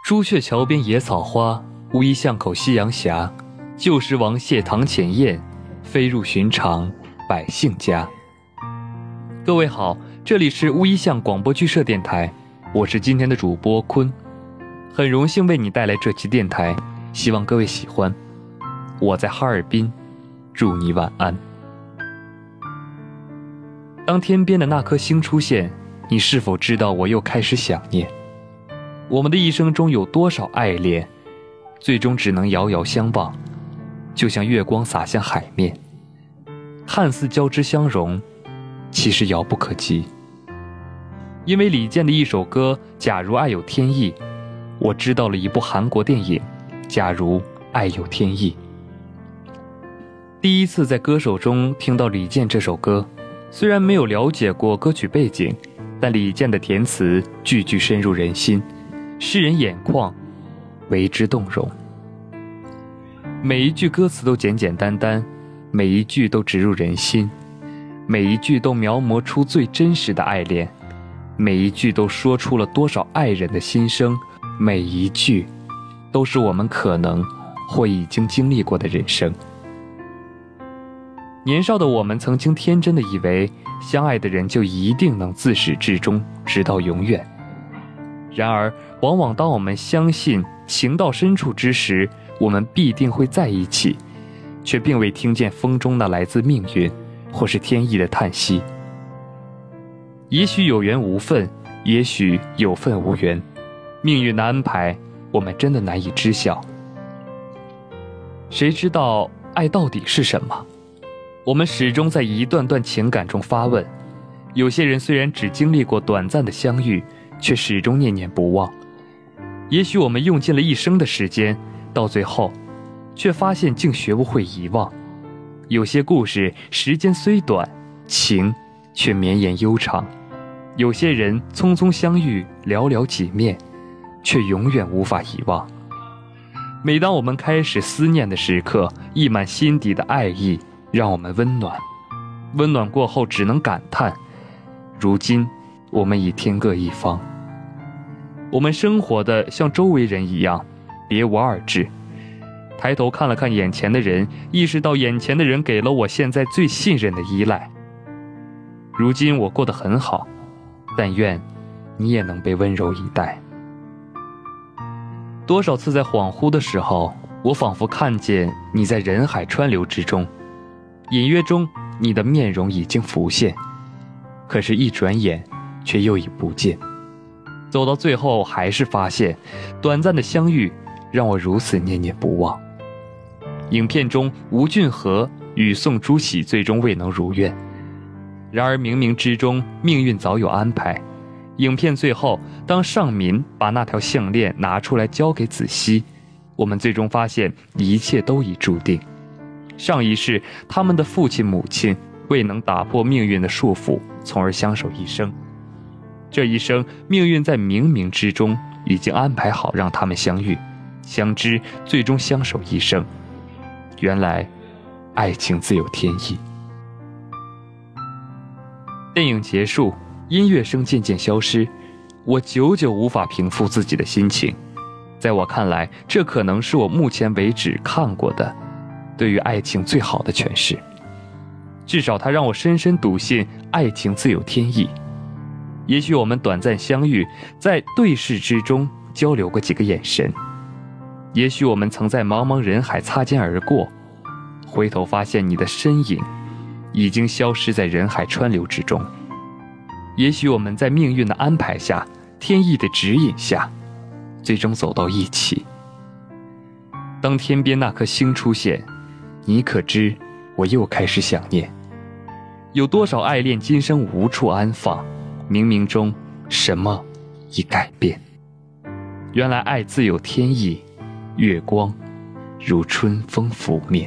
朱雀桥边野草花，乌衣巷口夕阳斜。旧时王谢堂前燕，飞入寻常百姓家。各位好，这里是乌衣巷广播剧社电台，我是今天的主播坤，很荣幸为你带来这期电台，希望各位喜欢。我在哈尔滨，祝你晚安。当天边的那颗星出现，你是否知道我又开始想念？我们的一生中有多少爱恋，最终只能遥遥相望，就像月光洒向海面，看似交织相融，其实遥不可及。因为李健的一首歌《假如爱有天意》，我知道了一部韩国电影《假如爱有天意》。第一次在歌手中听到李健这首歌，虽然没有了解过歌曲背景，但李健的填词句句深入人心，诗人眼眶为之动容。每一句歌词都简简单单，每一句都植入人心，每一句都描摹出最真实的爱恋，每一句都说出了多少爱人的心声，每一句都是我们可能或已经经历过的人生。年少的我们曾经天真的以为，相爱的人就一定能自始至终，直到永远。然而，往往当我们相信情到深处之时，我们必定会在一起，却并未听见风中那来自命运或是天意的叹息。也许有缘无分，也许有份无缘，命运的安排，我们真的难以知晓。谁知道爱到底是什么？我们始终在一段段情感中发问。有些人虽然只经历过短暂的相遇，却始终念念不忘。也许我们用尽了一生的时间，到最后却发现竟学不会遗忘。有些故事时间虽短，情却绵延悠长。有些人匆匆相遇，寥寥几面，却永远无法遗忘。每当我们开始思念的时刻，溢满心底的爱意让我们温暖，温暖过后只能感叹，如今我们已天各一方。我们生活的像周围人一样，别无二致。抬头看了看眼前的人，意识到眼前的人给了我现在最信任的依赖。如今我过得很好，但愿你也能被温柔以待。多少次在恍惚的时候，我仿佛看见你在人海川流之中，隐约中你的面容已经浮现，可是一转眼却又已不见。走到最后，还是发现短暂的相遇让我如此念念不忘。影片中吴俊和与宋朱喜最终未能如愿，然而冥冥之中命运早有安排。影片最后，当尚民把那条项链拿出来交给子熙，我们最终发现一切都已注定。上一世他们的父亲母亲未能打破命运的束缚，从而相守一生。这一生，命运在冥冥之中已经安排好让他们相遇、相知，最终相守一生。原来，爱情自有天意。电影结束，音乐声渐渐消失，我久久无法平复自己的心情。在我看来，这可能是我目前为止看过的对于爱情最好的诠释。至少它让我深深笃信爱情自有天意。也许我们短暂相遇，在对视之中交流过几个眼神，也许我们曾在茫茫人海擦肩而过，回头发现你的身影已经消失在人海川流之中。也许我们在命运的安排下，天意的指引下，最终走到一起。当天边那颗星出现，你可知我又开始想念。有多少爱恋今生无处安放，冥冥中什么已改变。原来爱自有天意，月光如春风拂面。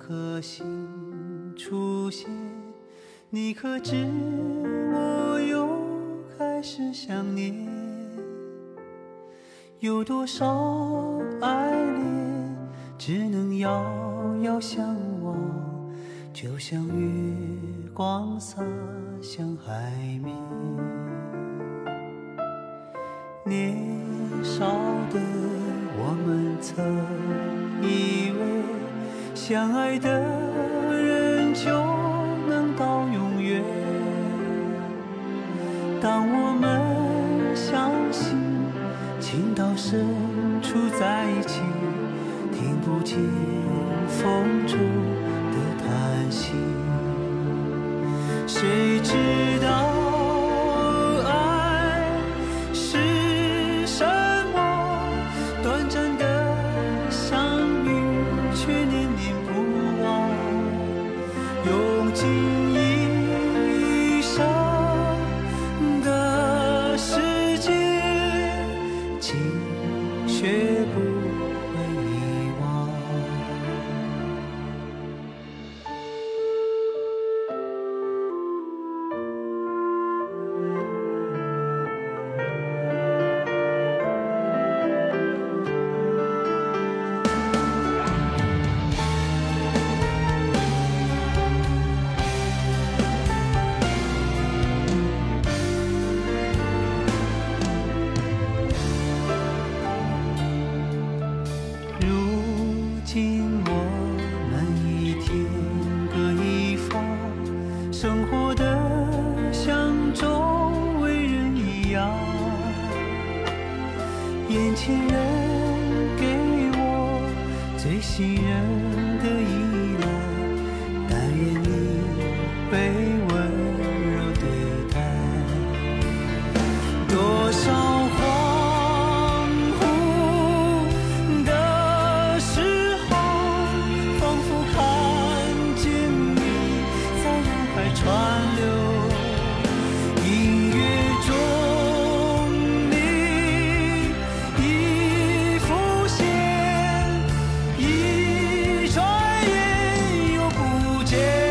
颗星出现，你可知我又开始想念？有多少爱恋只能遥遥相望，就像月光洒向海面。年少的我们曾以为相爱的人就能到永远，当我们相信情到深处在一起，听不见风中的叹息。谁知道爱是什么？短暂的相遇却念念不忘，用尽一生的时间，竟学不会遗忘。如今我们一天各一方，生活的像周围人一样，眼前人给我最信任的依赖，但愿你被温柔对待。多少恍惚的时候，仿佛看见你在人海川流，音乐中你已浮现，一转眼又不见。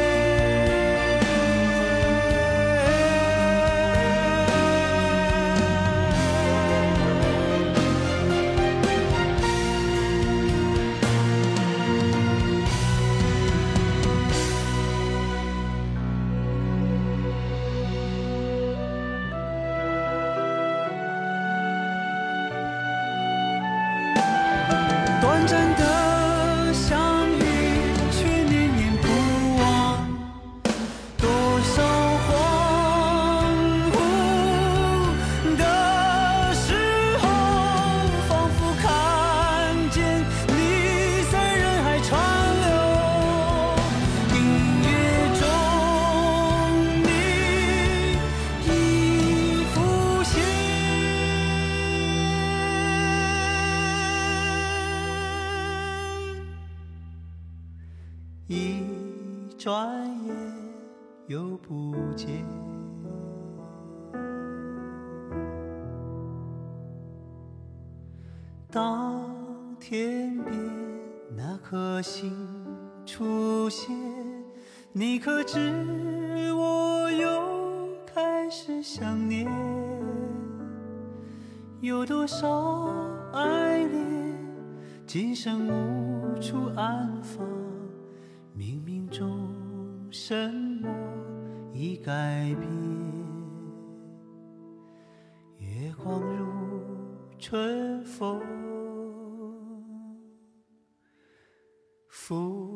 短暂的相遇却念念不忘，多少恍惚的时候，仿佛看见你在人海川流，音乐中你已浮现，一转眼又不见。当天边那颗星出现，你可知我又开始想念？有多少爱恋今生无处安放，冥冥中什么已改变？月光如春风拂